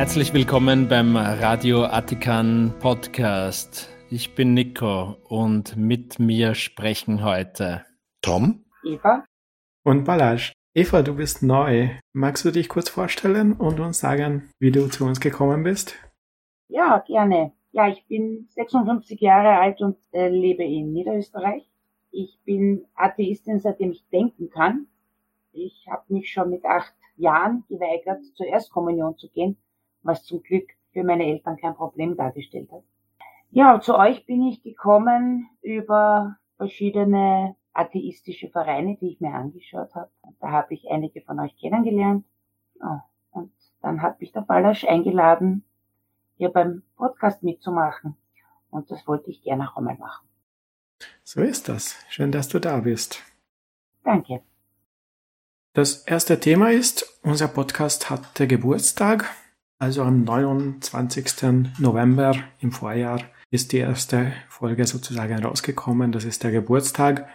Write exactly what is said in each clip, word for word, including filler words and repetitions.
Herzlich willkommen beim Radio Attikan Podcast. Ich bin Nico und mit mir sprechen heute Tom, Eva und Balázs. Eva, du bist neu. Magst du dich kurz vorstellen und uns sagen, wie du zu uns gekommen bist? Ja, gerne. Ja, ich bin sechsundfünfzig Jahre alt und äh, lebe in Niederösterreich. Ich bin Atheistin, seitdem ich denken kann. Ich habe mich schon mit acht Jahren geweigert, zur Erstkommunion zu gehen, was zum Glück für meine Eltern kein Problem dargestellt hat. Ja, zu euch bin ich gekommen über verschiedene atheistische Vereine, die ich mir angeschaut habe. Da habe ich einige von euch kennengelernt. Ja, und dann hat mich der Balázs eingeladen, hier beim Podcast mitzumachen. Und das wollte ich gerne auch einmal machen. So ist das. Schön, dass du da bist. Danke. Das erste Thema ist, unser Podcast hatte Geburtstag. Also am neunundzwanzigsten November im Vorjahr ist die erste Folge sozusagen rausgekommen. Das ist der Geburtstag.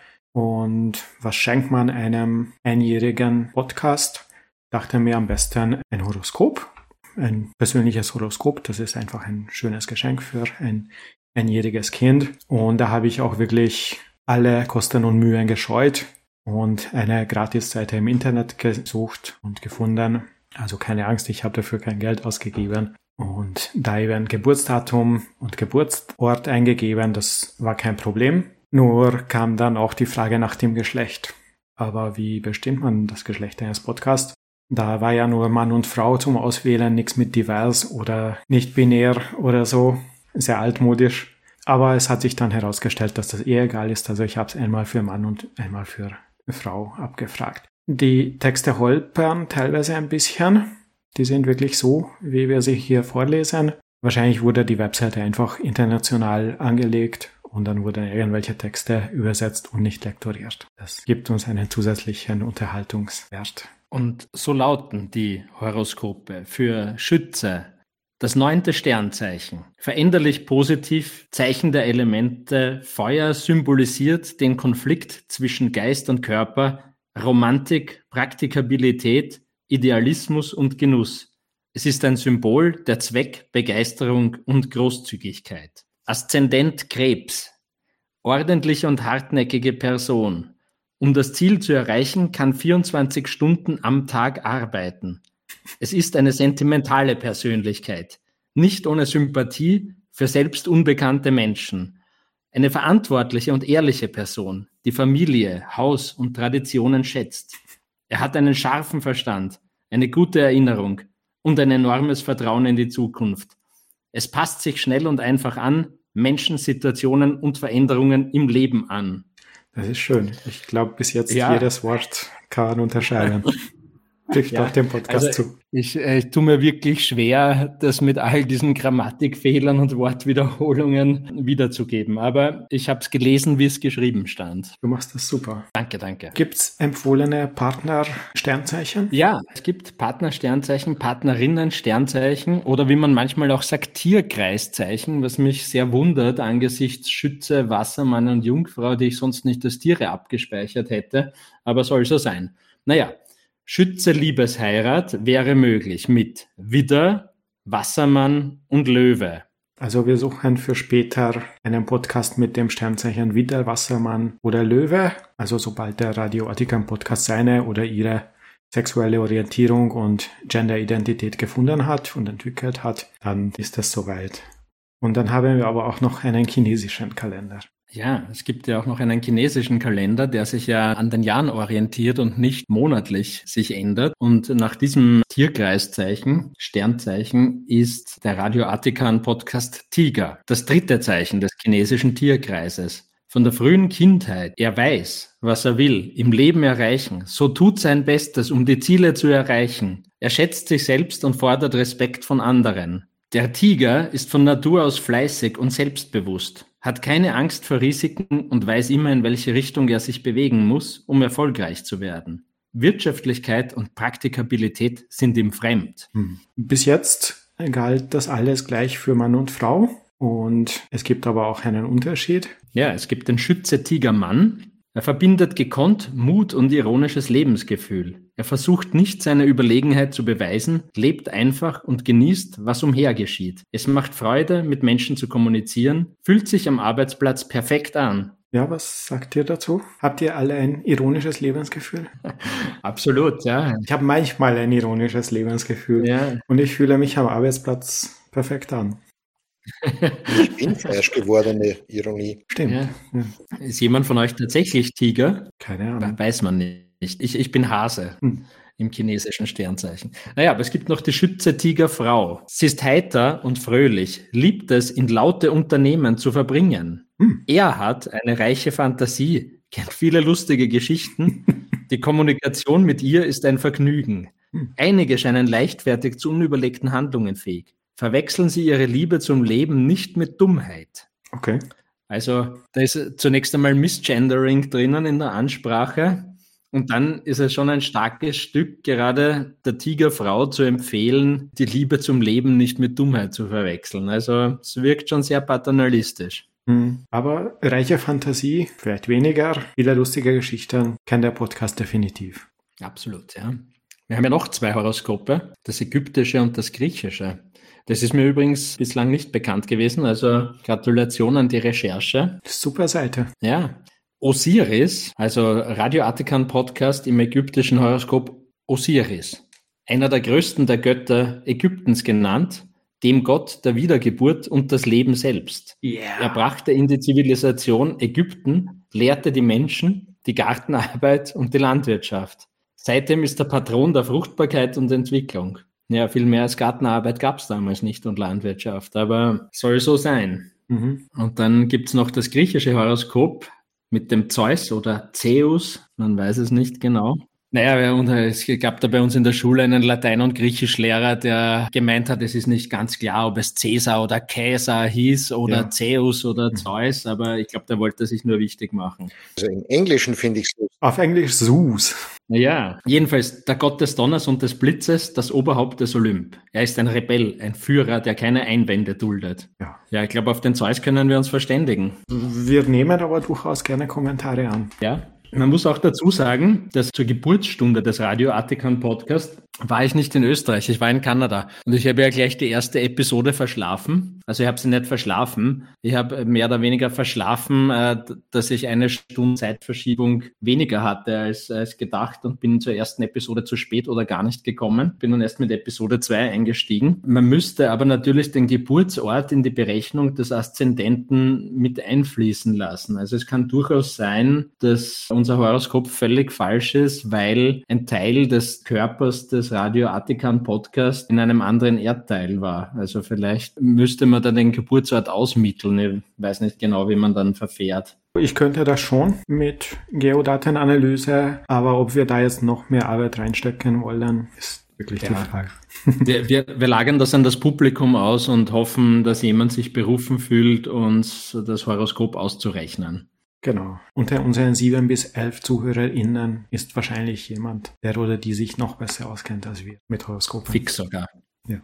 Und was schenkt man einem einjährigen Podcast? Dachte mir am besten ein Horoskop. Ein persönliches Horoskop. Das ist einfach ein schönes Geschenk für ein einjähriges Kind. Und da habe ich auch wirklich alle Kosten und Mühen gescheut und eine Gratisseite im Internet gesucht und gefunden. Also keine Angst, ich habe dafür kein Geld ausgegeben. Und da eben Geburtsdatum und Geburtsort eingegeben, das war kein Problem. Nur kam dann auch die Frage nach dem Geschlecht. Aber wie bestimmt man das Geschlecht eines Podcasts? Da war ja nur Mann und Frau zum Auswählen, nichts mit divers oder nicht binär oder so. Sehr altmodisch. Aber es hat sich dann herausgestellt, dass das eh egal ist. Also ich habe es einmal für Mann und einmal für Frau abgefragt. Die Texte holpern teilweise ein bisschen. Die sind wirklich so, wie wir sie hier vorlesen. Wahrscheinlich wurde die Webseite einfach international angelegt und dann wurden irgendwelche Texte übersetzt und nicht lektoriert. Das gibt uns einen zusätzlichen Unterhaltungswert. Und so lauten die Horoskope für Schütze. Das neunte Sternzeichen. Veränderlich positiv, Zeichen der Elemente. Feuer symbolisiert den Konflikt zwischen Geist und Körper, Romantik, Praktikabilität, Idealismus und Genuss. Es ist ein Symbol der Zweck, Begeisterung und Großzügigkeit. Aszendent Krebs. Ordentliche und hartnäckige Person. Um das Ziel zu erreichen, kann vierundzwanzig Stunden am Tag arbeiten. Es ist eine sentimentale Persönlichkeit, nicht ohne Sympathie für selbst unbekannte Menschen. Eine verantwortliche und ehrliche Person, die Familie, Haus und Traditionen schätzt. Er hat einen scharfen Verstand, eine gute Erinnerung und ein enormes Vertrauen in die Zukunft. Es passt sich schnell und einfach an, Menschen, Situationen und Veränderungen im Leben an. Das ist schön. Ich glaube, bis jetzt ja. jedes Wort kann man unterscheiden. Trifft ja, auch dem Podcast also zu. Ich, äh, ich tue mir wirklich schwer, das mit all diesen Grammatikfehlern und Wortwiederholungen wiederzugeben. Aber ich habe es gelesen, wie es geschrieben stand. Du machst das super. Danke, danke. Gibt es empfohlene Partner-Sternzeichen? Ja, es gibt Partner-Sternzeichen, Partnerinnen-Sternzeichen oder wie man manchmal auch sagt, Tierkreiszeichen, was mich sehr wundert angesichts Schütze, Wassermann und Jungfrau, die ich sonst nicht als Tiere abgespeichert hätte. Aber soll so sein. Naja. Schütze Liebesheirat wäre möglich mit Widder, Wassermann und Löwe. Also wir suchen für später einen Podcast mit dem Sternzeichen Widder, Wassermann oder Löwe. Also sobald der Radio Attikan Podcast seine oder ihre sexuelle Orientierung und Genderidentität gefunden hat und entwickelt hat, dann ist es soweit. Und dann haben wir aber auch noch einen chinesischen Kalender. Ja, es gibt ja auch noch einen chinesischen Kalender, der sich ja an den Jahren orientiert und nicht monatlich sich ändert. Und nach diesem Tierkreiszeichen, Sternzeichen, ist der Radio Attikan Podcast Tiger, das dritte Zeichen des chinesischen Tierkreises. Von der frühen Kindheit, er weiß, was er will, im Leben erreichen, so tut sein Bestes, um die Ziele zu erreichen. Er schätzt sich selbst und fordert Respekt von anderen. Der Tiger ist von Natur aus fleißig und selbstbewusst, hat keine Angst vor Risiken und weiß immer, in welche Richtung er sich bewegen muss, um erfolgreich zu werden. Wirtschaftlichkeit und Praktikabilität sind ihm fremd. Bis jetzt galt das alles gleich für Mann und Frau und es gibt aber auch einen Unterschied. Ja, es gibt den Schütze-Tiger-Mann. Er verbindet gekonnt Mut und ironisches Lebensgefühl. Er versucht nicht, seine Überlegenheit zu beweisen, lebt einfach und genießt, was umher geschieht. Es macht Freude, mit Menschen zu kommunizieren, fühlt sich am Arbeitsplatz perfekt an. Ja, was sagt ihr dazu? Habt ihr alle ein ironisches Lebensgefühl? Absolut, ja. Ich habe manchmal ein ironisches Lebensgefühl. Ja. Und ich fühle mich am Arbeitsplatz perfekt an. Ich bin fleischgewordene Ironie. Stimmt. Ja. Ja. Ist jemand von euch tatsächlich Tiger? Keine Ahnung. Weiß man nicht. Ich, ich bin Hase Hm. im chinesischen Sternzeichen. Naja, aber es gibt noch die Schütze-Tiger-Frau. Sie ist heiter und fröhlich, liebt es, in laute Unternehmen zu verbringen. Hm. Er hat eine reiche Fantasie, kennt viele lustige Geschichten. Die Kommunikation mit ihr ist ein Vergnügen. Hm. Einige scheinen leichtfertig zu unüberlegten Handlungen fähig. Verwechseln Sie Ihre Liebe zum Leben nicht mit Dummheit. Okay. Also da ist zunächst einmal Misgendering drinnen in der Ansprache und dann ist es schon ein starkes Stück, gerade der Tigerfrau zu empfehlen, die Liebe zum Leben nicht mit Dummheit zu verwechseln. Also es wirkt schon sehr paternalistisch. Hm. Aber reiche Fantasie, vielleicht weniger, viele lustige Geschichten, kennt der Podcast definitiv. Absolut, ja. Wir haben ja noch zwei Horoskope, das ägyptische und das griechische. Das ist mir übrigens bislang nicht bekannt gewesen, also Gratulation an die Recherche. Super Seite. Ja, Osiris, also Radio Attikan Podcast im ägyptischen Horoskop Osiris, einer der größten der Götter Ägyptens genannt, dem Gott der Wiedergeburt und das Leben selbst. Yeah. Er brachte in die Zivilisation Ägypten, lehrte die Menschen, die Gartenarbeit und die Landwirtschaft. Seitdem ist er Patron der Fruchtbarkeit und Entwicklung. Ja, viel mehr als Gartenarbeit gab es damals nicht und Landwirtschaft, aber soll so sein. Mhm. Und dann gibt's noch das griechische Horoskop mit dem Zeus oder Zeus, man weiß es nicht genau. Naja, und es gab da bei uns in der Schule einen Latein- und Griechischlehrer, der gemeint hat, es ist nicht ganz klar, ob es Cäsar oder Caesar hieß oder Ja. Zeus oder Zeus, aber ich glaube, der wollte sich nur wichtig machen. Also im Englischen finde ich es lustig. Auf Englisch Zeus. Ja, jedenfalls der Gott des Donners und des Blitzes, das Oberhaupt des Olymp. Er ist ein Rebell, ein Führer, der keine Einwände duldet. Ja. Ja, ich glaube, auf den Zeus können wir uns verständigen. Wir nehmen aber durchaus gerne Kommentare an. Ja. Man muss auch dazu sagen, dass zur Geburtsstunde des Radio Attikan Podcast war ich nicht in Österreich, ich war in Kanada. Und ich habe ja gleich die erste Episode verschlafen. Also ich habe sie nicht verschlafen. Ich habe mehr oder weniger verschlafen, äh, dass ich eine Stunde Zeitverschiebung weniger hatte als, als gedacht und bin zur ersten Episode zu spät oder gar nicht gekommen. Bin dann erst mit Episode zwei eingestiegen. Man müsste aber natürlich den Geburtsort in die Berechnung des Aszendenten mit einfließen lassen. Also es kann durchaus sein, dass unser Horoskop völlig falsch ist, weil ein Teil des Körpers des Radio Attikan Podcast in einem anderen Erdteil war. Also vielleicht müsste man da den Geburtsort ausmitteln. Ich weiß nicht genau, wie man dann verfährt. Ich könnte das schon mit Geodatenanalyse, aber ob wir da jetzt noch mehr Arbeit reinstecken wollen, ist wirklich Ja. die Frage. Wir, wir, wir lagern das an das Publikum aus und hoffen, dass jemand sich berufen fühlt, uns das Horoskop auszurechnen. Genau. Unter unseren sieben bis elf ZuhörerInnen ist wahrscheinlich jemand, der oder die sich noch besser auskennt als wir mit Horoskopen. Fix sogar. Ja.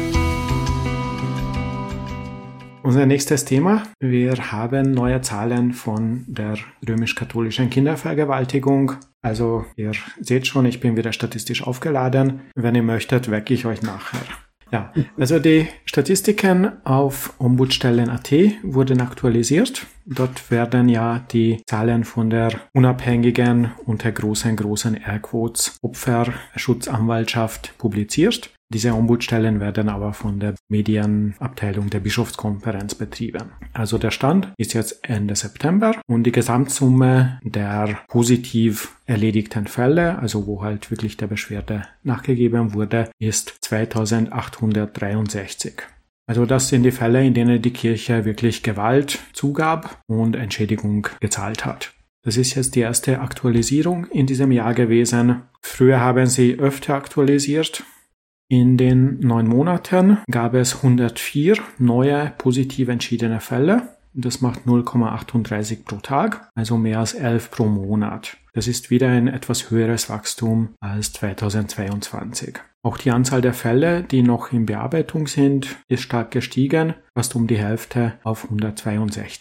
Unser nächstes Thema. Wir haben neue Zahlen von der römisch-katholischen Kindervergewaltigung. Also ihr seht schon, ich bin wieder statistisch aufgeladen. Wenn ihr möchtet, wecke ich euch nachher. Ja, also die Statistiken auf Ombudsstellen Punkt at wurden aktualisiert. Dort werden ja die Zahlen von der unabhängigen, unter großen, großen Airquotes Opferschutzanwaltschaft publiziert. Diese Ombudsstellen werden aber von der Medienabteilung der Bischofskonferenz betrieben. Also der Stand ist jetzt Ende September und die Gesamtsumme der positiv erledigten Fälle, also wo halt wirklich der Beschwerde nachgegeben wurde, ist zweitausendachthundertdreiundsechzig. Also das sind die Fälle, in denen die Kirche wirklich Gewalt zugab und Entschädigung gezahlt hat. Das ist jetzt die erste Aktualisierung in diesem Jahr gewesen. Früher haben sie öfter aktualisiert. In den neun Monaten gab es hundertvier neue positiv entschiedene Fälle. Das macht null Komma achtunddreißig pro Tag, also mehr als elf pro Monat. Das ist wieder ein etwas höheres Wachstum als zweitausendzweiundzwanzig. Auch die Anzahl der Fälle, die noch in Bearbeitung sind, ist stark gestiegen, fast um die Hälfte auf hundertzweiundsechzig.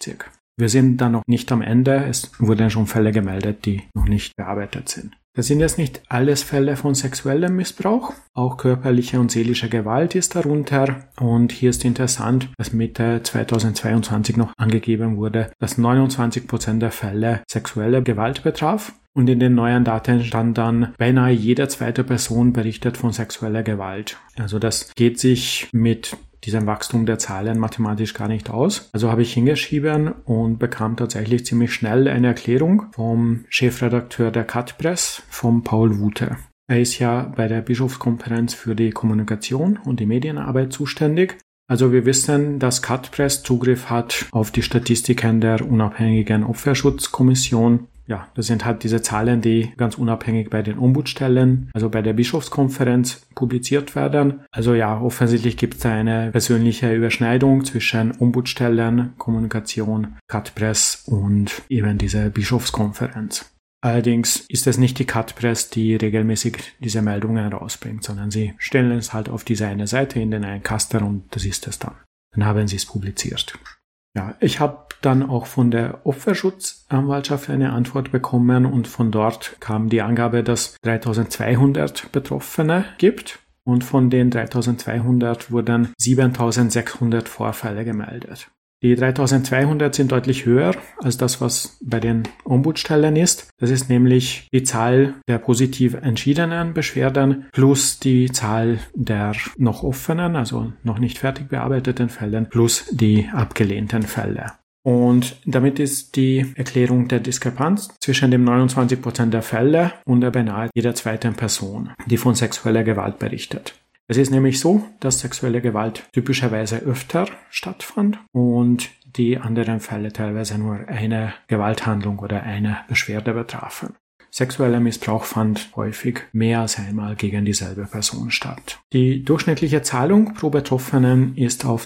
Wir sind da noch nicht am Ende. Es wurden schon Fälle gemeldet, die noch nicht bearbeitet sind. Das sind jetzt nicht alles Fälle von sexuellem Missbrauch. Auch körperliche und seelische Gewalt ist darunter. Und hier ist interessant, dass Mitte zweitausendzweiundzwanzig noch angegeben wurde, dass neunundzwanzig Prozent der Fälle sexuelle Gewalt betraf. Und in den neuen Daten stand dann, beinahe jede zweite Person berichtet von sexueller Gewalt. Also das geht sich mit diesem Wachstum der Zahlen mathematisch gar nicht aus. Also habe ich hingeschrieben und bekam tatsächlich ziemlich schnell eine Erklärung vom Chefredakteur der Cut-Press, vom Paul Wute. Er ist ja bei der Bischofskonferenz für die Kommunikation und die Medienarbeit zuständig. Also wir wissen, dass Cut-Press Zugriff hat auf die Statistiken der unabhängigen Opferschutzkommission. Ja, das sind halt diese Zahlen, die ganz unabhängig bei den Ombudsstellen, also bei der Bischofskonferenz publiziert werden. Also ja, offensichtlich gibt es da eine persönliche Überschneidung zwischen Ombudsstellen, Kommunikation, Cut-Press und eben dieser Bischofskonferenz. Allerdings ist es nicht die Cut-Press, die regelmäßig diese Meldungen rausbringt, sondern sie stellen es halt auf diese eine Seite in den einen Kasten und das ist es dann. Dann haben sie es publiziert. Ja, ich habe dann auch von der Opferschutzanwaltschaft eine Antwort bekommen und von dort kam die Angabe, dass dreitausendzweihundert Betroffene gibt und von den dreitausendzweihundert wurden siebentausendsechshundert Vorfälle gemeldet. Die dreitausendzweihundert sind deutlich höher als das, was bei den Ombudsstellen ist. Das ist nämlich die Zahl der positiv entschiedenen Beschwerden plus die Zahl der noch offenen, also noch nicht fertig bearbeiteten Fällen plus die abgelehnten Fälle. Und damit ist die Erklärung der Diskrepanz zwischen dem neunundzwanzig Prozent der Fälle und der beinahe jeder zweiten Person, die von sexueller Gewalt berichtet. Es ist nämlich so, dass sexuelle Gewalt typischerweise öfter stattfand und die anderen Fälle teilweise nur eine Gewalthandlung oder eine Beschwerde betrafen. Sexueller Missbrauch fand häufig mehr als einmal gegen dieselbe Person statt. Die durchschnittliche Zahlung pro Betroffenen ist auf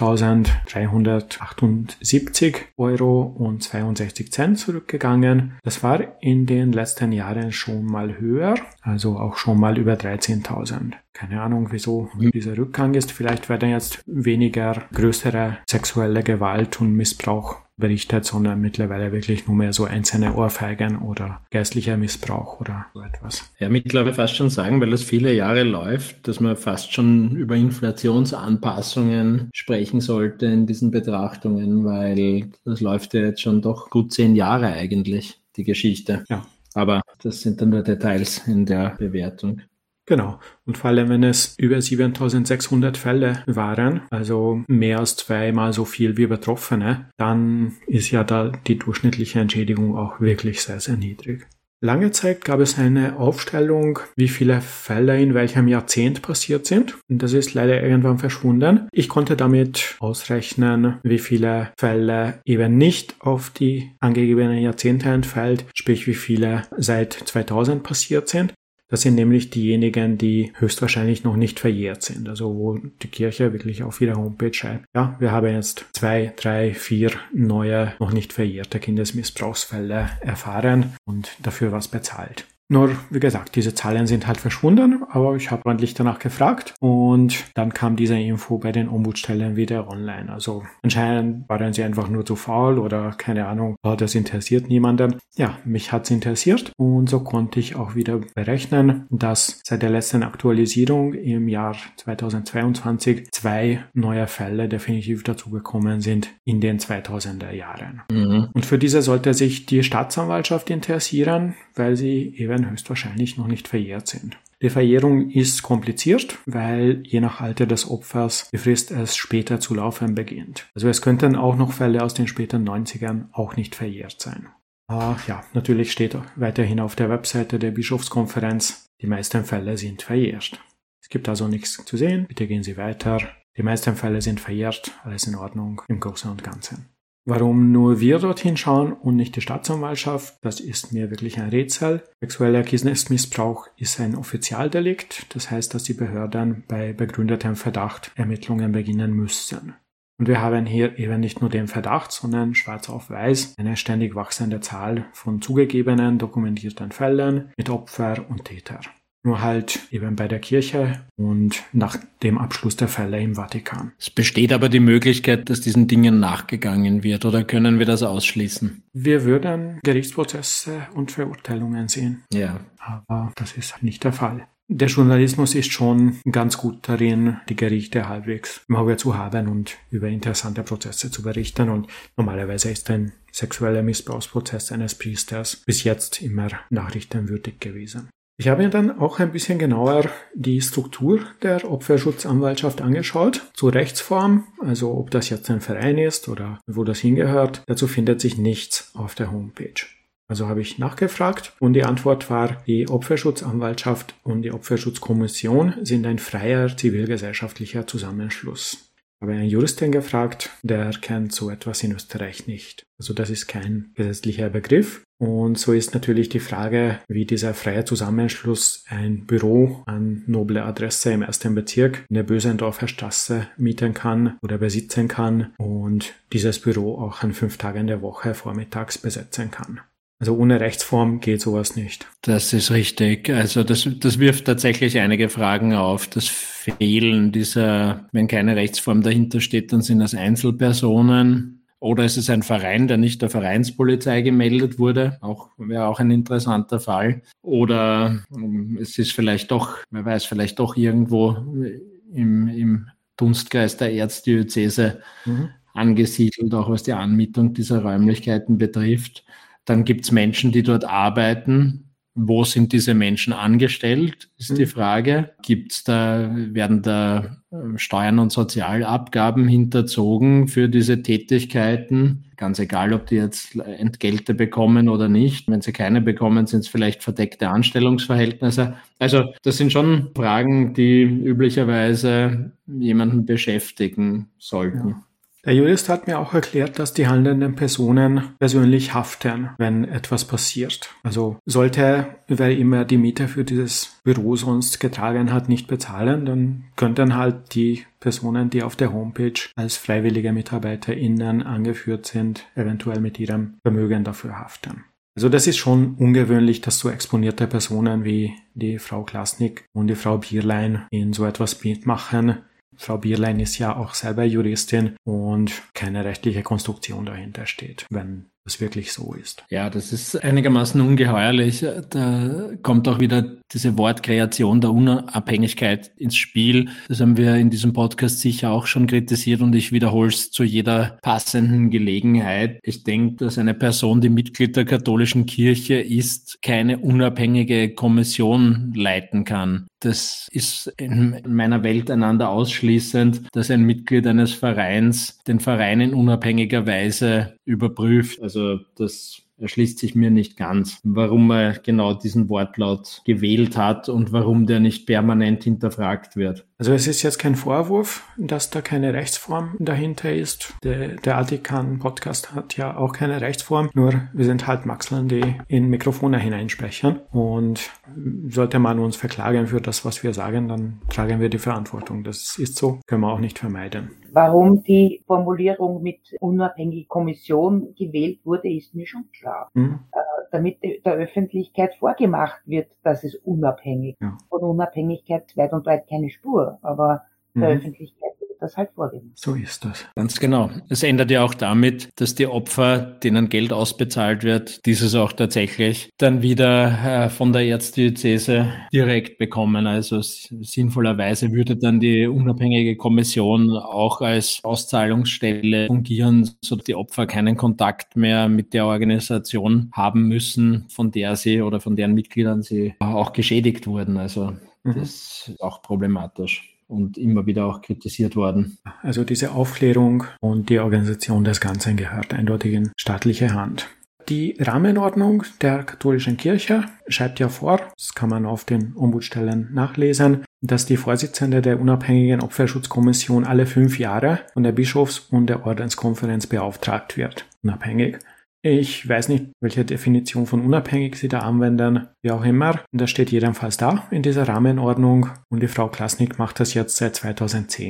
zwölftausenddreihundertachtundsiebzig Euro und zweiundsechzig Cent zurückgegangen. Das war in den letzten Jahren schon mal höher, also auch schon mal über dreizehntausend. Keine Ahnung, wieso dieser Rückgang ist. Vielleicht werden jetzt weniger größere sexuelle Gewalt und Missbrauch berichtet, sondern mittlerweile wirklich nur mehr so einzelne Ohrfeigen oder geistlicher Missbrauch oder so etwas. Ja, mittlerweile fast schon sagen, weil das viele Jahre läuft, dass man fast schon über Inflationsanpassungen sprechen sollte in diesen Betrachtungen, weil das läuft ja jetzt schon doch gut zehn Jahre eigentlich, die Geschichte. Ja. Aber das sind dann nur Details in der Bewertung. Genau. Und vor allem, wenn es über siebentausendsechshundert Fälle waren, also mehr als zweimal so viel wie Betroffene, dann ist ja da die durchschnittliche Entschädigung auch wirklich sehr, sehr niedrig. Lange Zeit gab es eine Aufstellung, wie viele Fälle in welchem Jahrzehnt passiert sind. Und das ist leider irgendwann verschwunden. Ich konnte damit ausrechnen, wie viele Fälle eben nicht auf die angegebenen Jahrzehnte entfällt, sprich wie viele seit zweitausend passiert sind. Das sind nämlich diejenigen, die höchstwahrscheinlich noch nicht verjährt sind. Also wo die Kirche wirklich auf ihrer Homepage schreibt, ja, wir haben jetzt zwei, drei, vier neue, noch nicht verjährte Kindesmissbrauchsfälle erfahren und dafür was bezahlt. Nur, wie gesagt, diese Zahlen sind halt verschwunden, aber ich habe ordentlich danach gefragt und dann kam diese Info bei den Ombudsstellen wieder online. Also anscheinend waren sie einfach nur zu faul oder keine Ahnung, oh, das interessiert niemanden. Ja, mich hat's interessiert und so konnte ich auch wieder berechnen, dass seit der letzten Aktualisierung im Jahr zweitausendzweiundzwanzig zwei neue Fälle definitiv dazugekommen sind in den zweitausender Jahren. Mhm. Und für diese sollte sich die Staatsanwaltschaft interessieren, weil sie eben höchstwahrscheinlich noch nicht verjährt sind. Die Verjährung ist kompliziert, weil je nach Alter des Opfers die Frist erst später zu laufen beginnt. Also es könnten auch noch Fälle aus den späten neunzigern auch nicht verjährt sein. Ah, ja, natürlich steht weiterhin auf der Webseite der Bischofskonferenz, die meisten Fälle sind verjährt. Es gibt also nichts zu sehen, bitte gehen Sie weiter. Die meisten Fälle sind verjährt, alles in Ordnung im Großen und Ganzen. Warum nur wir dorthin schauen und nicht die Staatsanwaltschaft, das ist mir wirklich ein Rätsel. Sexueller Kindesmissbrauch ist ein Offizialdelikt, das heißt, dass die Behörden bei begründetem Verdacht Ermittlungen beginnen müssen. Und wir haben hier eben nicht nur den Verdacht, sondern schwarz auf weiß eine ständig wachsende Zahl von zugegebenen, dokumentierten Fällen mit Opfer und Täter. nur halt eben bei der Kirche und nach dem Abschluss der Fälle im Vatikan. Es besteht aber die Möglichkeit, dass diesen Dingen nachgegangen wird, oder können wir das ausschließen? Wir würden Gerichtsprozesse und Verurteilungen sehen. Ja. Aber das ist nicht der Fall. Der Journalismus ist schon ganz gut darin, die Gerichte halbwegs im Auge zu haben und über interessante Prozesse zu berichten. Und normalerweise ist ein sexueller Missbrauchsprozess eines Priesters bis jetzt immer nachrichtenwürdig gewesen. Ich habe mir dann auch ein bisschen genauer die Struktur der Opferschutzanwaltschaft angeschaut, zur Rechtsform, also ob das jetzt ein Verein ist oder wo das hingehört. Dazu findet sich nichts auf der Homepage. Also habe ich nachgefragt und die Antwort war, die Opferschutzanwaltschaft und die Opferschutzkommission sind ein freier zivilgesellschaftlicher Zusammenschluss. Ich habe einen Juristen gefragt, der kennt so etwas in Österreich nicht. Also das ist kein gesetzlicher Begriff. Und so ist natürlich die Frage, wie dieser freie Zusammenschluss ein Büro an noble Adresse im ersten Bezirk in der Bösendorfer Straße mieten kann oder besitzen kann und dieses Büro auch an fünf Tagen der Woche vormittags besetzen kann. Also ohne Rechtsform geht sowas nicht. Das ist richtig. Also das, das wirft tatsächlich einige Fragen auf. Das Fehlen dieser, wenn keine Rechtsform dahinter steht, dann sind das Einzelpersonen. Oder ist es ein Verein, der nicht der Vereinspolizei gemeldet wurde? Auch, wäre auch ein interessanter Fall. Oder es ist vielleicht doch, wer weiß, vielleicht doch irgendwo im, im Dunstkreis der Erzdiözese mhm. angesiedelt, auch was die Anmietung dieser Räumlichkeiten betrifft. Dann gibt es Menschen, die dort arbeiten. Wo sind diese Menschen angestellt, ist mhm. die Frage. Gibt's da, werden da Steuern und Sozialabgaben hinterzogen für diese Tätigkeiten? Ganz egal, ob die jetzt Entgelte bekommen oder nicht. Wenn sie keine bekommen, sind es vielleicht verdeckte Anstellungsverhältnisse. Also das sind schon Fragen, die üblicherweise jemanden beschäftigen sollten. Ja. Der Jurist hat mir auch erklärt, dass die handelnden Personen persönlich haften, wenn etwas passiert. Also sollte, wer immer die Miete für dieses Büro sonst getragen hat, nicht bezahlen, dann könnten halt die Personen, die auf der Homepage als freiwillige MitarbeiterInnen angeführt sind, eventuell mit ihrem Vermögen dafür haften. Also das ist schon ungewöhnlich, dass so exponierte Personen wie die Frau Klasnik und die Frau Bierlein in so etwas mitmachen. Frau Bierlein ist ja auch selber Juristin und keine rechtliche Konstruktion dahinter steht, wenn das wirklich so ist. Ja, das ist einigermaßen ungeheuerlich. Da kommt auch wieder diese Wortkreation der Unabhängigkeit ins Spiel. Das haben wir in diesem Podcast sicher auch schon kritisiert und ich wiederhole es zu jeder passenden Gelegenheit. Ich denke, dass eine Person, die Mitglied der katholischen Kirche ist, keine unabhängige Kommission leiten kann. Das ist in meiner Welt einander ausschließend, dass ein Mitglied eines Vereins den Verein in unabhängiger Weise überprüft. Also das erschließt sich mir nicht ganz, warum er genau diesen Wortlaut gewählt hat und warum der nicht permanent hinterfragt wird. Also es ist jetzt kein Vorwurf, dass da keine Rechtsform dahinter ist. Der, der Artikan-Podcast hat ja auch keine Rechtsform, nur wir sind halt Maxlern, die in Mikrofone hineinsprechen und sollte man uns verklagen für das, was wir sagen, dann tragen wir die Verantwortung. Das ist so, können wir auch nicht vermeiden. Warum die Formulierung mit unabhängige Kommission gewählt wurde, ist mir schon klar. Mhm. Äh, damit der Öffentlichkeit vorgemacht wird, dass es unabhängig ist. Ja. Von Unabhängigkeit weit und weit keine Spur, aber der mhm. Öffentlichkeit wird das halt vorgemacht. So ist das. Ganz genau. Es ändert ja auch damit, dass die Opfer, denen Geld ausbezahlt wird, dieses auch tatsächlich dann wieder äh, von der Erzdiözese direkt bekommen. Also sinnvollerweise würde dann die unabhängige Kommission auch als Auszahlungsstelle fungieren, sodass die Opfer keinen Kontakt mehr mit der Organisation haben müssen, von der sie oder von deren Mitgliedern sie auch geschädigt wurden. Also mhm. das ist auch problematisch und immer wieder auch kritisiert worden. Also diese Aufklärung und die Organisation des Ganzen gehört eindeutig in staatliche Hand. Die Rahmenordnung der katholischen Kirche schreibt ja vor, das kann man auf den Ombudsstellen nachlesen, dass die Vorsitzende der unabhängigen Opferschutzkommission alle fünf Jahre von der Bischofs- und der Ordenskonferenz beauftragt wird, unabhängig. Ich weiß nicht, welche Definition von unabhängig Sie da anwenden, wie auch immer. Das steht jedenfalls da in dieser Rahmenordnung und die Frau Klasnik macht das jetzt seit zweitausendzehn.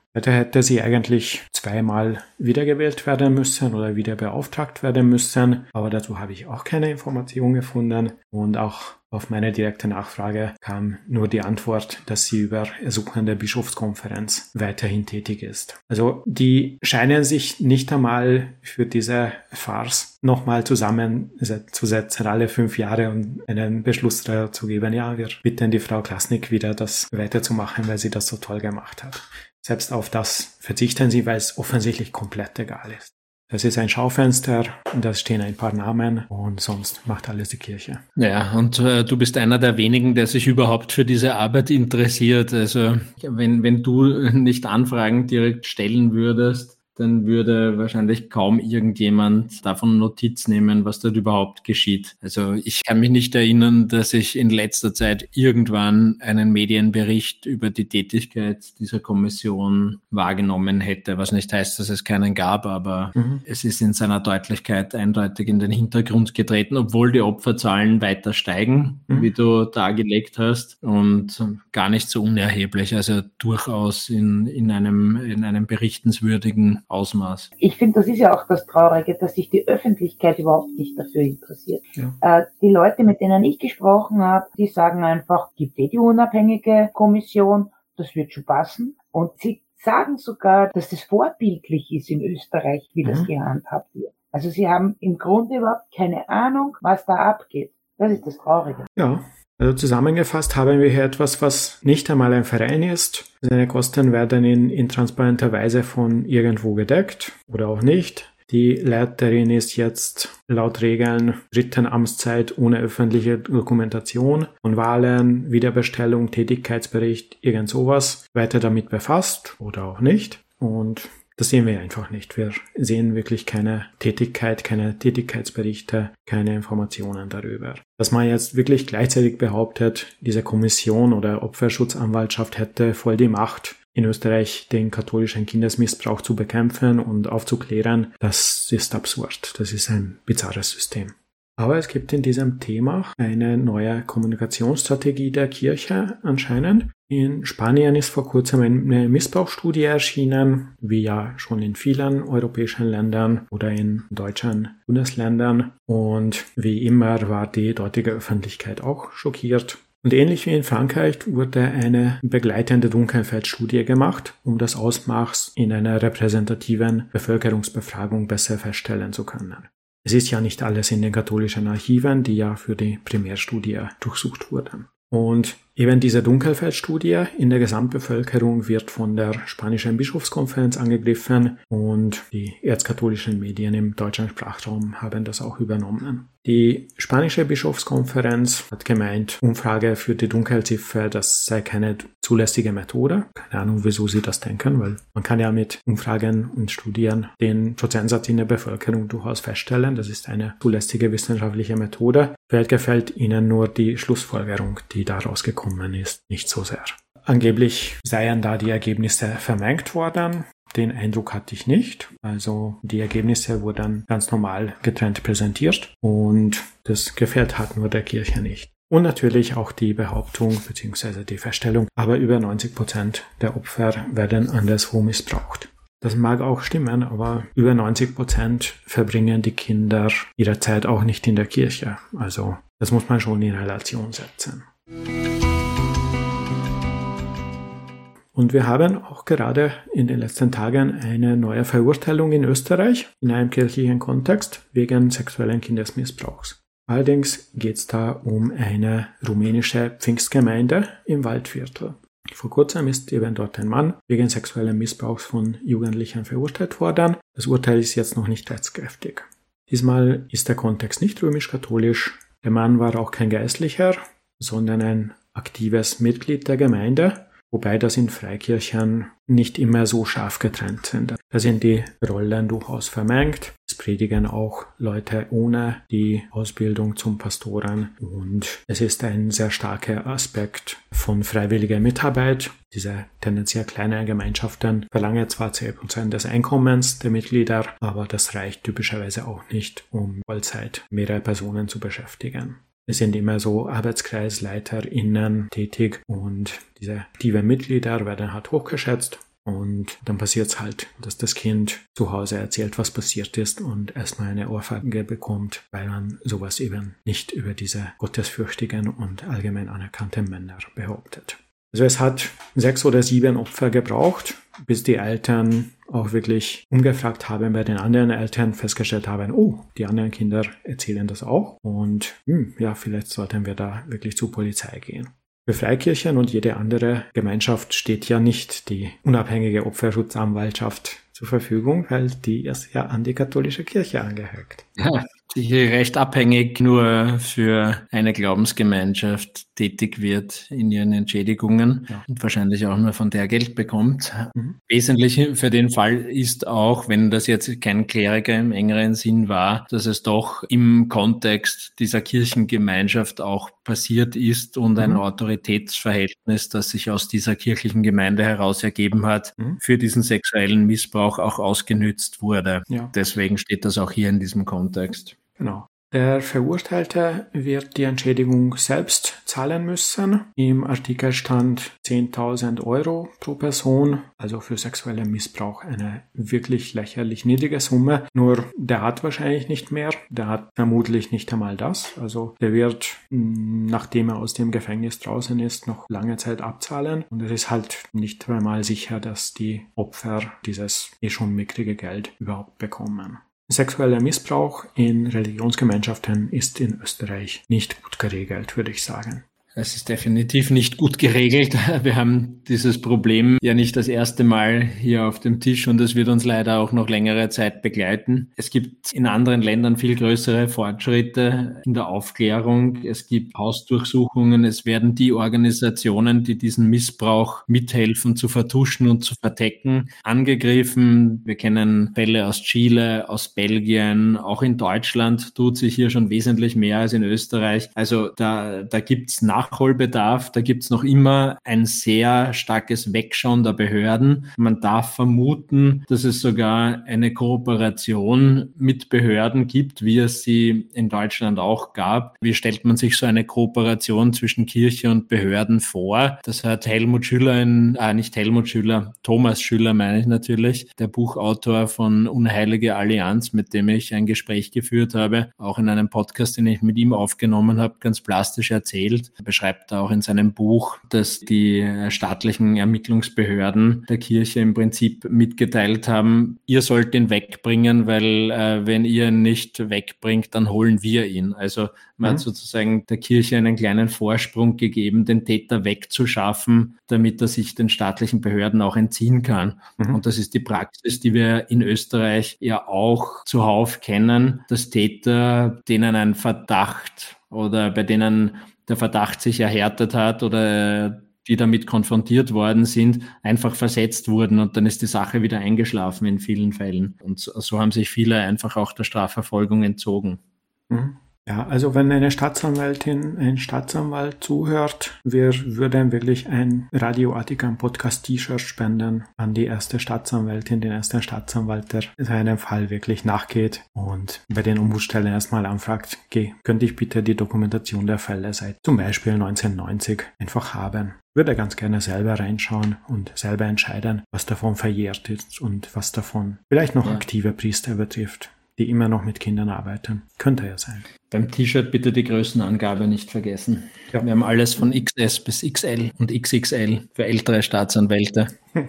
Heute hätte sie eigentlich zweimal wiedergewählt werden müssen oder wieder beauftragt werden müssen, aber dazu habe ich auch keine Information gefunden und auch auf meine direkte Nachfrage kam nur die Antwort, dass sie über Ersuchen der Bischofskonferenz weiterhin tätig ist. Also die scheinen sich nicht einmal für diese Farce nochmal zusammenzusetzen, alle fünf Jahre und einen Beschluss zu geben. Ja, wir bitten die Frau Klasnik wieder, das weiterzumachen, weil sie das so toll gemacht hat. Selbst auf das verzichten sie, weil es offensichtlich komplett egal ist. Das ist ein Schaufenster, da stehen ein paar Namen und sonst macht alles die Kirche. Ja, und äh, du bist einer der wenigen, der sich überhaupt für diese Arbeit interessiert. Also wenn, wenn du nicht Anfragen direkt stellen würdest, dann würde wahrscheinlich kaum irgendjemand davon Notiz nehmen, was dort überhaupt geschieht. Also ich kann mich nicht erinnern, dass ich in letzter Zeit irgendwann einen Medienbericht über die Tätigkeit dieser Kommission wahrgenommen hätte, was nicht heißt, dass es keinen gab, aber mhm. es ist in seiner Deutlichkeit eindeutig in den Hintergrund getreten, obwohl die Opferzahlen weiter steigen, mhm. wie du dargelegt hast, und gar nicht so unerheblich, also durchaus in, in einem, in einem berichtenswürdigen Ausmaß. Ich finde, das ist ja auch das Traurige, dass sich die Öffentlichkeit überhaupt nicht dafür interessiert. Ja. Äh, die Leute, mit denen ich gesprochen habe, die sagen einfach, gibt eh die unabhängige Kommission, das wird schon passen. Und sie sagen sogar, dass das vorbildlich ist in Österreich, wie mhm. das gehandhabt wird. Also sie haben im Grunde überhaupt keine Ahnung, was da abgeht. Das ist das Traurige. Ja. Also zusammengefasst haben wir hier etwas, was nicht einmal ein Verein ist. Seine Kosten werden in, in transparenter Weise von irgendwo gedeckt oder auch nicht. Die Leiterin ist jetzt laut Regeln dritten Amtszeit ohne öffentliche Dokumentation von Wahlen, Wiederbestellung, Tätigkeitsbericht, irgend sowas weiter damit befasst oder auch nicht. Und das sehen wir einfach nicht. Wir sehen wirklich keine Tätigkeit, keine Tätigkeitsberichte, keine Informationen darüber. Dass man jetzt wirklich gleichzeitig behauptet, diese Kommission oder Opferschutzanwaltschaft hätte voll die Macht, in Österreich den katholischen Kindesmissbrauch zu bekämpfen und aufzuklären, das ist absurd. Das ist ein bizarres System. Aber es gibt in diesem Thema eine neue Kommunikationsstrategie der Kirche anscheinend. In Spanien ist vor kurzem eine Missbrauchsstudie erschienen, wie ja schon in vielen europäischen Ländern oder in deutschen Bundesländern. Und wie immer war die dortige Öffentlichkeit auch schockiert. Und ähnlich wie in Frankreich wurde eine begleitende Dunkelfeldstudie gemacht, um das Ausmaß in einer repräsentativen Bevölkerungsbefragung besser feststellen zu können. Es ist ja nicht alles in den katholischen Archiven, die ja für die Primärstudie durchsucht wurden. Und eben diese Dunkelfeldstudie in der Gesamtbevölkerung wird von der spanischen Bischofskonferenz angegriffen und die erzkatholischen Medien im deutschen Sprachraum haben das auch übernommen. Die spanische Bischofskonferenz hat gemeint, Umfrage für die Dunkelziffer, das sei keine zulässige Methode. Keine Ahnung, wieso sie das denken, weil man kann ja mit Umfragen und Studien den Prozentsatz in der Bevölkerung durchaus feststellen. Das ist eine zulässige wissenschaftliche Methode. Vielleicht gefällt ihnen nur die Schlussfolgerung, die daraus gekommen ist, nicht so sehr. Angeblich seien da die Ergebnisse vermengt worden. Den Eindruck hatte ich nicht. Also die Ergebnisse wurden ganz normal getrennt präsentiert und das gefällt halt nur der Kirche nicht. Und natürlich auch die Behauptung bzw. die Feststellung, aber über neunzig Prozent der Opfer werden anderswo missbraucht. Das mag auch stimmen, aber über neunzig Prozent verbringen die Kinder ihre Zeit auch nicht in der Kirche. Also das muss man schon in Relation setzen. Und wir haben auch gerade in den letzten Tagen eine neue Verurteilung in Österreich in einem kirchlichen Kontext wegen sexuellen Kindesmissbrauchs. Allerdings geht es da um eine rumänische Pfingstgemeinde im Waldviertel. Vor kurzem ist eben dort ein Mann wegen sexuellen Missbrauchs von Jugendlichen verurteilt worden. Das Urteil ist jetzt noch nicht rechtskräftig. Diesmal ist der Kontext nicht römisch-katholisch. Der Mann war auch kein Geistlicher, sondern ein aktives Mitglied der Gemeinde. Wobei das in Freikirchen nicht immer so scharf getrennt sind. Da sind die Rollen durchaus vermengt. Es predigen auch Leute ohne die Ausbildung zum Pastoren. Und es ist ein sehr starker Aspekt von freiwilliger Mitarbeit. Diese tendenziell kleinen Gemeinschaften verlangen zwar zehn Prozent des Einkommens der Mitglieder, aber das reicht typischerweise auch nicht, um Vollzeit mehrere Personen zu beschäftigen. Es sind immer so ArbeitskreisleiterInnen tätig und diese aktiven Mitglieder werden halt hochgeschätzt Und dann passiert es halt, dass das Kind zu Hause erzählt, was passiert ist und erstmal eine Ohrfeige bekommt, weil man sowas eben nicht über diese gottesfürchtigen und allgemein anerkannten Männer behauptet. Also es hat sechs oder sieben Opfer gebraucht, bis die Eltern auch wirklich umgefragt haben, bei den anderen Eltern festgestellt haben, oh, die anderen Kinder erzählen das auch und hm, ja, vielleicht sollten wir da wirklich zur Polizei gehen. Für Freikirchen und jede andere Gemeinschaft steht ja nicht die unabhängige Opferschutzanwaltschaft zur Verfügung, weil die ist ja an die katholische Kirche angehängt. Ja, die recht abhängig nur für eine Glaubensgemeinschaft tätig wird in ihren Entschädigungen ja. und wahrscheinlich auch nur von der Geld bekommt. Mhm. Wesentlich für den Fall ist auch, wenn das jetzt kein Kleriker im engeren Sinn war, dass es doch im Kontext dieser Kirchengemeinschaft auch passiert ist und mhm. ein Autoritätsverhältnis, das sich aus dieser kirchlichen Gemeinde heraus ergeben hat, mhm. für diesen sexuellen Missbrauch auch ausgenützt wurde. Ja. Deswegen steht das auch hier in diesem Kontext. Genau. Der Verurteilte wird die Entschädigung selbst zahlen müssen. Im Artikel stand zehntausend Euro pro Person, also für sexuellen Missbrauch eine wirklich lächerlich niedrige Summe. Nur der hat wahrscheinlich nicht mehr, der hat vermutlich nicht einmal das. Also der wird, nachdem er aus dem Gefängnis draußen ist, noch lange Zeit abzahlen. Und es ist halt nicht einmal sicher, dass die Opfer dieses eh schon mickrige Geld überhaupt bekommen. Sexueller Missbrauch in Religionsgemeinschaften ist in Österreich nicht gut geregelt, würde ich sagen. Es ist definitiv nicht gut geregelt. Wir haben dieses Problem ja nicht das erste Mal hier auf dem Tisch und es wird uns leider auch noch längere Zeit begleiten. Es gibt in anderen Ländern viel größere Fortschritte in der Aufklärung. Es gibt Hausdurchsuchungen. Es werden die Organisationen, die diesen Missbrauch mithelfen zu vertuschen und zu verdecken, angegriffen. Wir kennen Fälle aus Chile, aus Belgien. Auch in Deutschland tut sich hier schon wesentlich mehr als in Österreich. Also da, da gibt's Nachholbedarf, da gibt's noch immer ein sehr starkes Wegschauen der Behörden. Man darf vermuten, dass es sogar eine Kooperation mit Behörden gibt, wie es sie in Deutschland auch gab. Wie stellt man sich so eine Kooperation zwischen Kirche und Behörden vor? Das hat Helmut Schüller, in, ah, nicht Helmut Schüller, Thomas Schüller meine ich natürlich, der Buchautor von Unheilige Allianz, mit dem ich ein Gespräch geführt habe, auch in einem Podcast, den ich mit ihm aufgenommen habe, ganz plastisch erzählt. Er beschreibt auch in seinem Buch, dass die staatlichen Ermittlungsbehörden der Kirche im Prinzip mitgeteilt haben, ihr sollt ihn wegbringen, weil äh, wenn ihr ihn nicht wegbringt, dann holen wir ihn. Also man mhm. hat sozusagen der Kirche einen kleinen Vorsprung gegeben, den Täter wegzuschaffen, damit er sich den staatlichen Behörden auch entziehen kann. Mhm. Und das ist die Praxis, die wir in Österreich ja auch zuhauf kennen, dass Täter, denen ein Verdacht oder bei denen der Verdacht sich erhärtet hat oder die damit konfrontiert worden sind, einfach versetzt wurden und dann ist die Sache wieder eingeschlafen in vielen Fällen. Und so, so haben sich viele einfach auch der Strafverfolgung entzogen. Mhm. Ja, also wenn eine Staatsanwältin, ein Staatsanwalt zuhört, wir würden wirklich ein Radio Attica Podcast T-Shirt spenden an die erste Staatsanwältin, den ersten Staatsanwalt, der seinem Fall wirklich nachgeht und bei den Ombudsstellen erstmal anfragt, okay, könnte ich bitte die Dokumentation der Fälle seit zum Beispiel neunzehnhundertneunzig einfach haben. Würde ganz gerne selber reinschauen und selber entscheiden, was davon verjährt ist und was davon vielleicht noch ja. aktive Priester betrifft, die immer noch mit Kindern arbeiten. Könnte ja sein. Beim T-Shirt bitte die Größenangabe nicht vergessen. Ja. Wir haben alles von X S bis X L und X X L für ältere Staatsanwälte.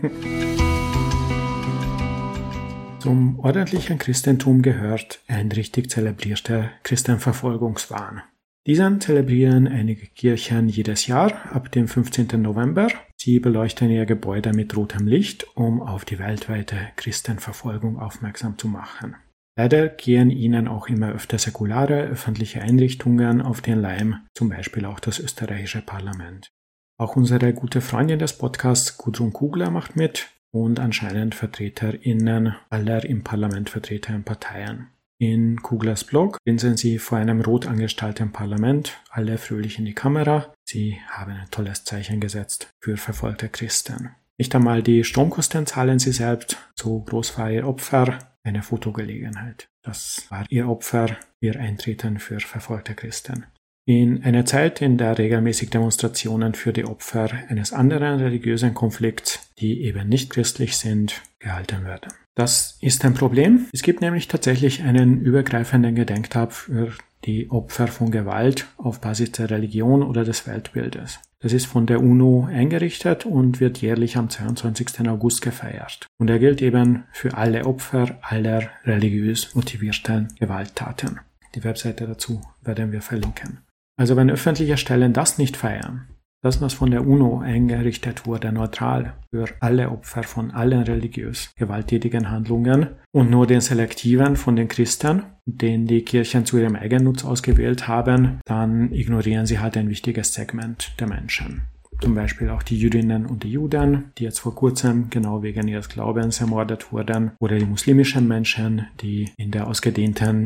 Zum ordentlichen Christentum gehört ein richtig zelebrierter Christenverfolgungswahn. Diesen zelebrieren einige Kirchen jedes Jahr ab dem fünfzehnten November. Sie beleuchten ihr Gebäude mit rotem Licht, um auf die weltweite Christenverfolgung aufmerksam zu machen. Leider gehen ihnen auch immer öfter säkulare öffentliche Einrichtungen auf den Leim, zum Beispiel auch das österreichische Parlament. Auch unsere gute Freundin des Podcasts Gudrun Kugler macht mit und anscheinend VertreterInnen aller im Parlament vertretenen Parteien. In Kuglers Blog grinsen sie vor einem rot angestrahlten Parlament, alle fröhlich in die Kamera. Sie haben ein tolles Zeichen gesetzt für verfolgte Christen. Nicht einmal die Stromkosten zahlen sie selbst, so groß war ihr Opfer, eine Fotogelegenheit. Das war ihr Opfer, ihr Eintreten für verfolgte Christen. In einer Zeit, in der regelmäßig Demonstrationen für die Opfer eines anderen religiösen Konflikts die eben nicht christlich sind, gehalten werden. Das ist ein Problem. Es gibt nämlich tatsächlich einen übergreifenden Gedenktag für die Opfer von Gewalt auf Basis der Religion oder des Weltbildes. Das ist von der UNO eingerichtet und wird jährlich am zweiundzwanzigsten August gefeiert. Und er gilt eben für alle Opfer aller religiös motivierten Gewalttaten. Die Webseite dazu werden wir verlinken. Also wenn öffentliche Stellen das nicht feiern, das, was von der UNO eingerichtet wurde, neutral für alle Opfer von allen religiös gewalttätigen Handlungen und nur den selektiven von den Christen, den die Kirchen zu ihrem Eigennutz ausgewählt haben, dann ignorieren sie halt ein wichtiges Segment der Menschen. Zum Beispiel auch die Jüdinnen und die Juden, die jetzt vor kurzem genau wegen ihres Glaubens ermordet wurden, oder die muslimischen Menschen, die in der ausgedehnten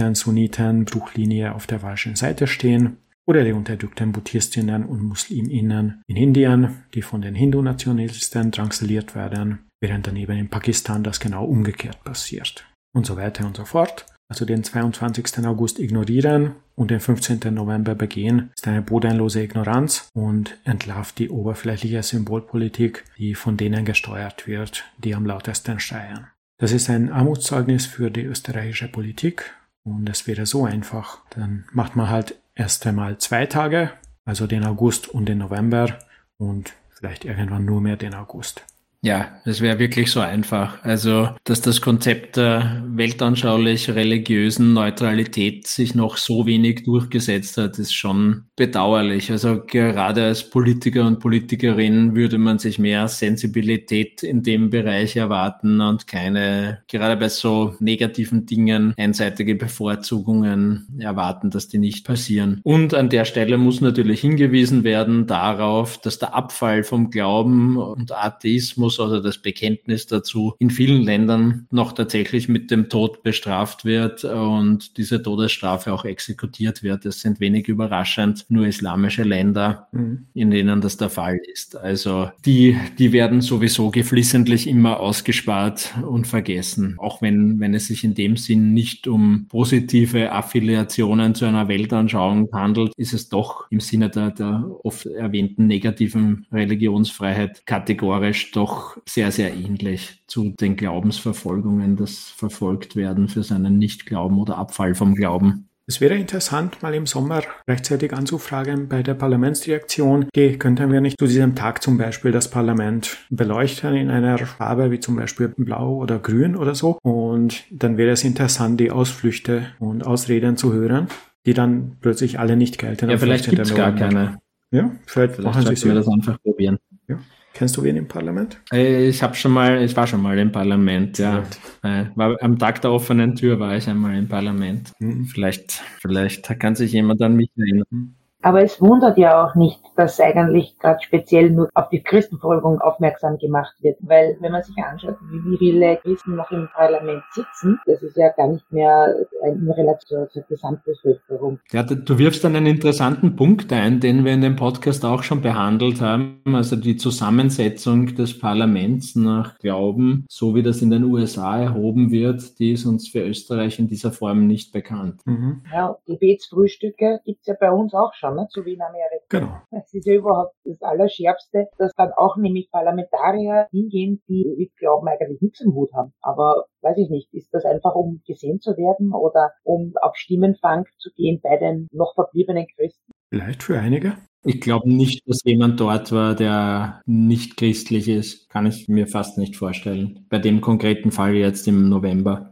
Schiiten-Sunniten-Bruchlinie auf der falschen Seite stehen, oder die unterdrückten Buddhistinnen und Musliminnen in Indien, die von den Hindu-Nationalisten drangsaliert werden, während daneben in Pakistan das genau umgekehrt passiert. Und so weiter und so fort. Also den zweiundzwanzigsten August ignorieren und den fünfzehnten November begehen, ist eine bodenlose Ignoranz und entlarvt die oberflächliche Symbolpolitik, die von denen gesteuert wird, die am lautesten schreien. Das ist ein Armutszeugnis für die österreichische Politik und es wäre so einfach. Dann macht man halt erst einmal zwei Tage, also den August und den November und vielleicht irgendwann nur mehr den August. Ja, es wäre wirklich so einfach. Also, dass das Konzept der weltanschaulich-religiösen Neutralität sich noch so wenig durchgesetzt hat, ist schon bedauerlich. Also gerade als Politiker und Politikerin würde man sich mehr Sensibilität in dem Bereich erwarten und keine, gerade bei so negativen Dingen, einseitige Bevorzugungen erwarten, dass die nicht passieren. Und an der Stelle muss natürlich hingewiesen werden darauf, dass der Abfall vom Glauben und Atheismus oder das Bekenntnis dazu in vielen Ländern noch tatsächlich mit dem Tod bestraft wird und diese Todesstrafe auch exekutiert wird. Es sind wenig überraschend nur islamische Länder, mhm. in denen das der Fall ist. Also die, die werden sowieso geflissentlich immer ausgespart und vergessen. Auch wenn, wenn es sich in dem Sinn nicht um positive Affiliationen zu einer Weltanschauung handelt, ist es doch im Sinne der, der oft erwähnten negativen Religionsfreiheit kategorisch doch sehr, sehr ähnlich zu den Glaubensverfolgungen, das verfolgt werden für seinen Nichtglauben oder Abfall vom Glauben. Es wäre interessant, mal im Sommer rechtzeitig anzufragen bei der Parlamentsdirektion, okay, könnten wir nicht zu diesem Tag zum Beispiel das Parlament beleuchten in einer Farbe wie zum Beispiel blau oder grün oder so, und dann wäre es interessant, die Ausflüchte und Ausreden zu hören, die dann plötzlich alle nicht gelten. Ja, vielleicht gibt es gar keine. Ja, vielleicht, vielleicht machen Sie wir das einfach probieren. Ja. Kennst du wen im Parlament? Ich habe schon mal, ich war schon mal im Parlament, ja. War, am Tag der offenen Tür war ich einmal im Parlament. Mhm. Vielleicht, vielleicht kann sich jemand an mich erinnern. Aber es wundert ja auch nicht, dass eigentlich gerade speziell nur auf die Christenverfolgung aufmerksam gemacht wird. Weil wenn man sich anschaut, wie, wie viele Christen noch im Parlament sitzen, das ist ja gar nicht mehr in Relation zur Gesamtbevölkerung. Ja, du wirfst einen interessanten Punkt ein, den wir in dem Podcast auch schon behandelt haben. Also die Zusammensetzung des Parlaments nach Glauben, so wie das in den U S A erhoben wird, die ist uns für Österreich in dieser Form nicht bekannt. Mhm. Ja, Gebetsfrühstücke gibt's ja bei uns auch schon. So wie in Amerika. Genau. Das ist ja überhaupt das Allerschärfste, dass dann auch nämlich Parlamentarier hingehen, die mit Glauben eigentlich nichts im Hut haben. Aber weiß ich nicht, ist das einfach, um gesehen zu werden oder um auf Stimmenfang zu gehen bei den noch verbliebenen Christen? Vielleicht für einige. Ich glaube nicht, dass jemand dort war, der nicht christlich ist. Kann ich mir fast nicht vorstellen. Bei dem konkreten Fall jetzt im November.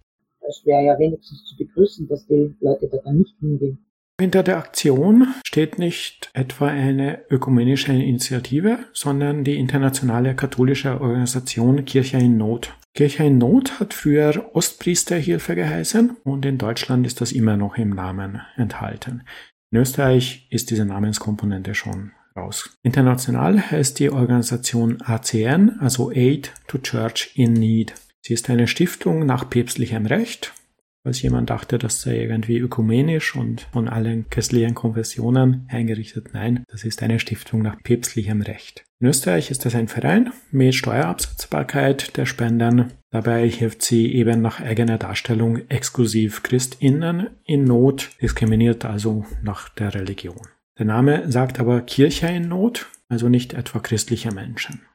Das wäre ja wenigstens zu begrüßen, dass die Leute da dann nicht hingehen. Hinter der Aktion steht nicht etwa eine ökumenische Initiative, sondern die internationale katholische Organisation Kirche in Not. Kirche in Not hat für Ostpriesterhilfe geheißen und in Deutschland ist das immer noch im Namen enthalten. In Österreich ist diese Namenskomponente schon raus. International heißt die Organisation A C N, also Aid to Church in Need. Sie ist eine Stiftung nach päpstlichem Recht. Falls jemand dachte, das sei irgendwie ökumenisch und von allen christlichen Konfessionen eingerichtet. Nein, das ist eine Stiftung nach päpstlichem Recht. In Österreich ist das ein Verein mit Steuerabsetzbarkeit der Spenden. Dabei hilft sie eben nach eigener Darstellung exklusiv ChristInnen in Not, diskriminiert also nach der Religion. Der Name sagt aber Kirche in Not, also nicht etwa christliche Menschen.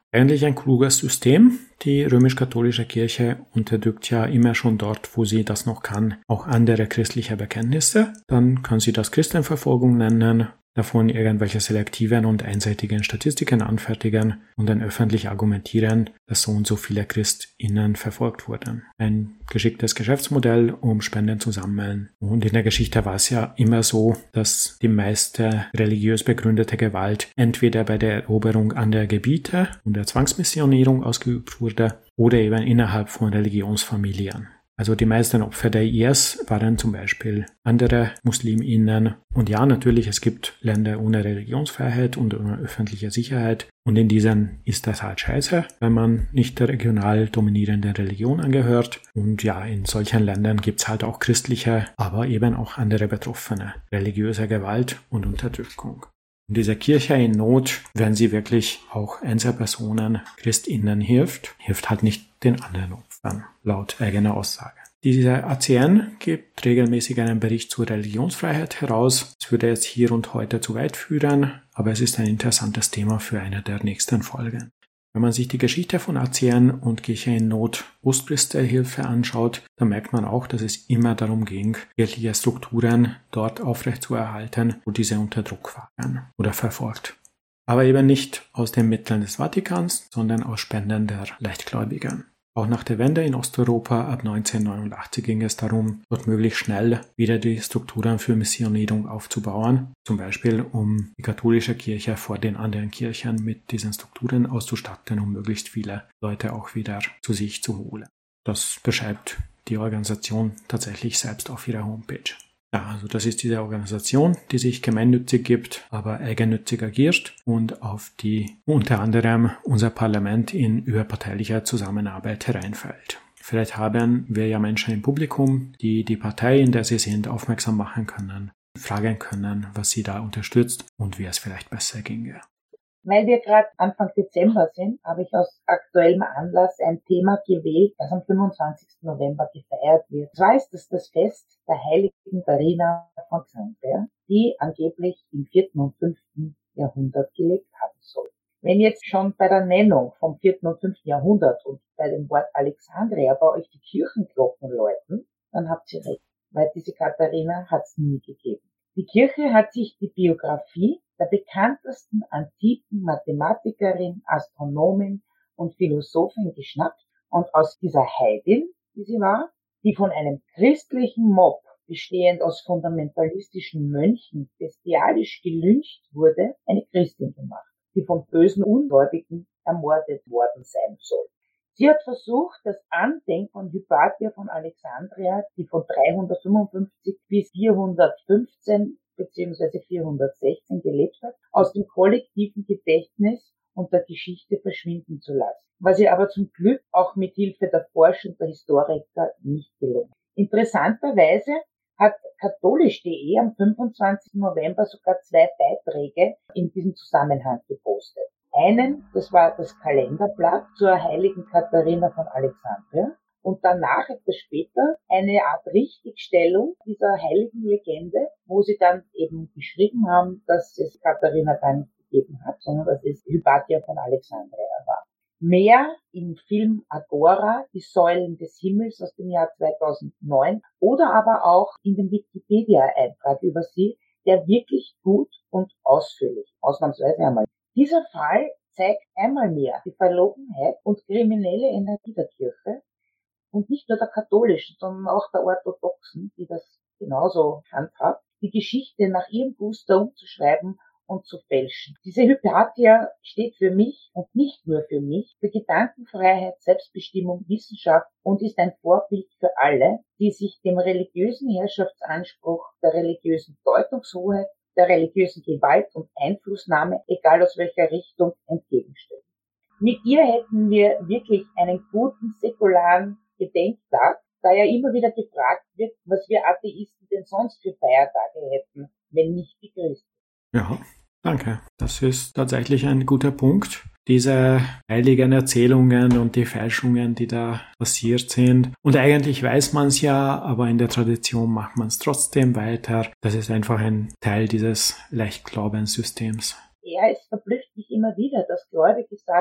Eigentlich ein kluges System. Die römisch-katholische Kirche unterdrückt ja immer schon dort, wo sie das noch kann, auch andere christliche Bekenntnisse. Dann kann sie das Christenverfolgung nennen, davon irgendwelche selektiven und einseitigen Statistiken anfertigen und dann öffentlich argumentieren, dass so und so viele ChristInnen verfolgt wurden. Ein geschicktes Geschäftsmodell, um Spenden zu sammeln. Und in der Geschichte war es ja immer so, dass die meiste religiös begründete Gewalt entweder bei der Eroberung anderer Gebiete und der Zwangsmissionierung ausgeübt wurde oder eben innerhalb von Religionsfamilien. Also die meisten Opfer der I S waren zum Beispiel andere MuslimInnen. Und ja, natürlich, es gibt Länder ohne Religionsfreiheit und ohne öffentliche Sicherheit. Und in diesen ist das halt scheiße, wenn man nicht der regional dominierenden Religion angehört. Und ja, in solchen Ländern gibt's halt auch christliche, aber eben auch andere Betroffene. Religiöse Gewalt und Unterdrückung. Und diese Kirche in Not, wenn sie wirklich auch Einzelpersonen, ChristInnen hilft, hilft halt nicht den anderen Opfern, laut eigener Aussage. Diese A C N gibt regelmäßig einen Bericht zur Religionsfreiheit heraus. Es würde jetzt hier und heute zu weit führen, aber es ist ein interessantes Thema für eine der nächsten Folgen. Wenn man sich die Geschichte von A C N und Kirche in Not Ostpriester-Hilfe anschaut, dann merkt man auch, dass es immer darum ging, kirchliche Strukturen dort aufrechtzuerhalten, wo diese unter Druck waren oder verfolgt. Aber eben nicht aus den Mitteln des Vatikans, sondern aus Spenden der Leichtgläubigen. Auch nach der Wende in Osteuropa ab neunzehnhundertneunundachtzig ging es darum, dort möglichst schnell wieder die Strukturen für Missionierung aufzubauen, zum Beispiel um die katholische Kirche vor den anderen Kirchen mit diesen Strukturen auszustatten, um möglichst viele Leute auch wieder zu sich zu holen. Das beschreibt die Organisation tatsächlich selbst auf ihrer Homepage. Ja, also das ist diese Organisation, die sich gemeinnützig gibt, aber eigennützig agiert und auf die unter anderem unser Parlament in überparteilicher Zusammenarbeit hereinfällt. Vielleicht haben wir ja Menschen im Publikum, die die Partei, in der sie sind, aufmerksam machen können, fragen können, was sie da unterstützt und wie es vielleicht besser ginge. Weil wir gerade Anfang Dezember sind, habe ich aus aktuellem Anlass ein Thema gewählt, das am fünfundzwanzigsten November gefeiert wird. Zwar ist es das Fest der heiligen Katharina von Alexandria, die angeblich im vierten und fünften Jahrhundert gelebt haben soll. Wenn jetzt schon bei der Nennung vom vierten und fünften Jahrhundert und bei dem Wort Alexandria bei euch die Kirchenglocken läuten, dann habt ihr recht, weil diese Katharina hat es nie gegeben. Die Kirche hat sich die Biografie der bekanntesten antiken Mathematikerin, Astronomin und Philosophin geschnappt und aus dieser Heidin, die sie war, die von einem christlichen Mob, bestehend aus fundamentalistischen Mönchen, bestialisch gelyncht wurde, eine Christin gemacht, die von bösen Ungläubigen ermordet worden sein soll. Sie hat versucht, das Andenken von Hypatia von Alexandria, die von dreihundertfünfundfünfzig bis vierhundertfünfzehn bzw. vierhundertsechzehn gelebt hat, aus dem kollektiven Gedächtnis und der Geschichte verschwinden zu lassen. Was ihr aber zum Glück auch mit Hilfe der Forscher und der Historiker nicht gelungen. Interessanterweise hat katholisch punkt de am fünfundzwanzigsten November sogar zwei Beiträge in diesem Zusammenhang gepostet. Einen, das war das Kalenderblatt zur heiligen Katharina von Alexandria und danach etwas später eine Art Richtigstellung dieser heiligen Legende, wo sie dann eben geschrieben haben, dass es Katharina gar nicht gegeben hat, sondern dass es Hypatia von Alexandria war. Mehr im Film Agora, die Säulen des Himmels aus dem Jahr zweitausendneun oder aber auch in dem Wikipedia-Eintrag über sie, der wirklich gut und ausführlich, ausnahmsweise einmal. Dieser Fall zeigt einmal mehr die Verlogenheit und kriminelle Energie der Kirche und nicht nur der katholischen, sondern auch der orthodoxen, die das genauso handhabt, die Geschichte nach ihrem Gusto umzuschreiben und zu fälschen. Diese Hypatia steht für mich und nicht nur für mich, für Gedankenfreiheit, Selbstbestimmung, Wissenschaft und ist ein Vorbild für alle, die sich dem religiösen Herrschaftsanspruch, der religiösen Deutungshoheit, der religiösen Gewalt und Einflussnahme, egal aus welcher Richtung, entgegenstellen. Mit ihr hätten wir wirklich einen guten säkularen Gedenktag, da ja immer wieder gefragt wird, was wir Atheisten denn sonst für Feiertage hätten, wenn nicht die Christen. Ja, danke. Das ist tatsächlich ein guter Punkt. Diese heiligen Erzählungen und die Fälschungen, die da passiert sind. Und eigentlich weiß man es ja, aber in der Tradition macht man es trotzdem weiter. Das ist einfach ein Teil dieses Leichtglaubenssystems. Ja, es verblüfft mich immer wieder, dass Gläubige sagen,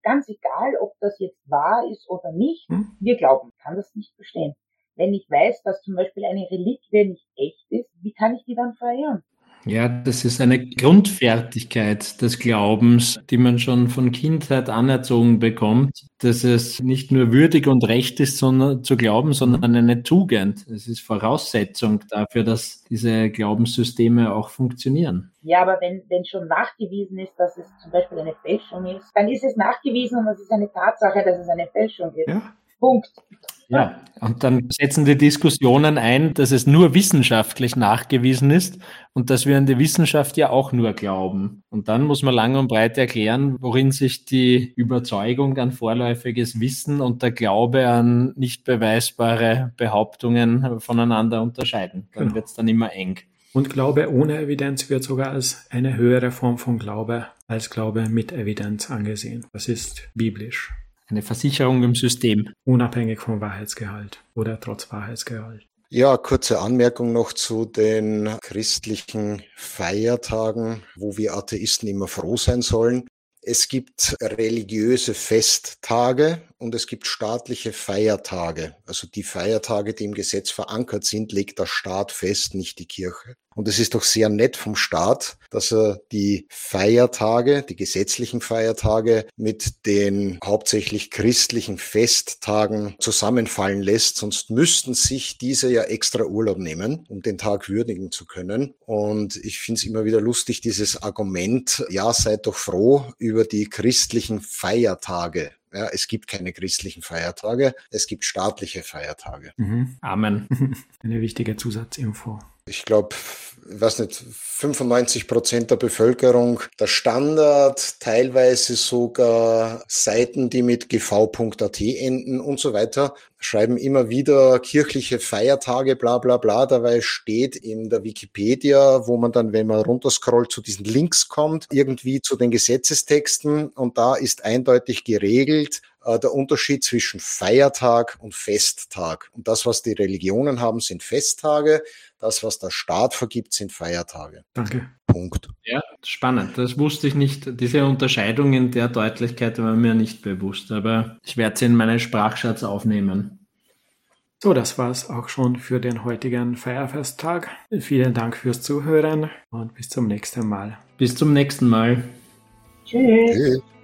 ganz egal, ob das jetzt wahr ist oder nicht. Hm? Wir glauben, kann das nicht verstehen. Wenn ich weiß, dass zum Beispiel eine Reliquie nicht echt ist, wie kann ich die dann verehren? Ja, das ist eine Grundfertigkeit des Glaubens, die man schon von Kindheit anerzogen bekommt, dass es nicht nur würdig und recht ist, sondern zu glauben, sondern eine Tugend. Es ist Voraussetzung dafür, dass diese Glaubenssysteme auch funktionieren. Ja, aber wenn, wenn schon nachgewiesen ist, dass es zum Beispiel eine Fälschung ist, dann ist es nachgewiesen und es ist eine Tatsache, dass es eine Fälschung ist. Ja. Punkt. Ja, und dann setzen die Diskussionen ein, dass es nur wissenschaftlich nachgewiesen ist und dass wir an die Wissenschaft ja auch nur glauben. Und dann muss man lang und breit erklären, worin sich die Überzeugung an vorläufiges Wissen und der Glaube an nicht beweisbare Behauptungen voneinander unterscheiden. Dann Genau. wird es dann immer eng. Und Glaube ohne Evidenz wird sogar als eine höhere Form von Glaube als Glaube mit Evidenz angesehen. Das ist biblisch. Eine Versicherung im System. Unabhängig vom Wahrheitsgehalt oder trotz Wahrheitsgehalt. Ja, kurze Anmerkung noch zu den christlichen Feiertagen, wo wir Atheisten immer froh sein sollen. Es gibt religiöse Festtage und es gibt staatliche Feiertage. Also die Feiertage, die im Gesetz verankert sind, legt der Staat fest, nicht die Kirche. Und es ist doch sehr nett vom Staat, dass er die Feiertage, die gesetzlichen Feiertage mit den hauptsächlich christlichen Festtagen zusammenfallen lässt. Sonst müssten sich diese ja extra Urlaub nehmen, um den Tag würdigen zu können. Und ich finde es immer wieder lustig, dieses Argument, ja, seid doch froh über die christlichen Feiertage. Ja, es gibt keine christlichen Feiertage, es gibt staatliche Feiertage. Mhm. Amen. Eine wichtige Zusatzinfo. Ich glaube, ich weiß nicht, fünfundneunzig Prozent der Bevölkerung, der Standard, teilweise sogar Seiten, die mit g v punkt a t enden und so weiter, schreiben immer wieder kirchliche Feiertage, bla bla bla. Dabei steht in der Wikipedia, wo man dann, wenn man runterscrollt, zu diesen Links kommt, irgendwie zu den Gesetzestexten und da ist eindeutig geregelt, der Unterschied zwischen Feiertag und Festtag. Und das, was die Religionen haben, sind Festtage. Das, was der Staat vergibt, sind Feiertage. Danke. Punkt. Ja, spannend. Das wusste ich nicht. Diese Unterscheidung in der Deutlichkeit war mir nicht bewusst, aber ich werde sie in meinen Sprachschatz aufnehmen. So, das war's auch schon für den heutigen Feierfesttag. Vielen Dank fürs Zuhören und bis zum nächsten Mal. Bis zum nächsten Mal. Tschüss. Tschüss.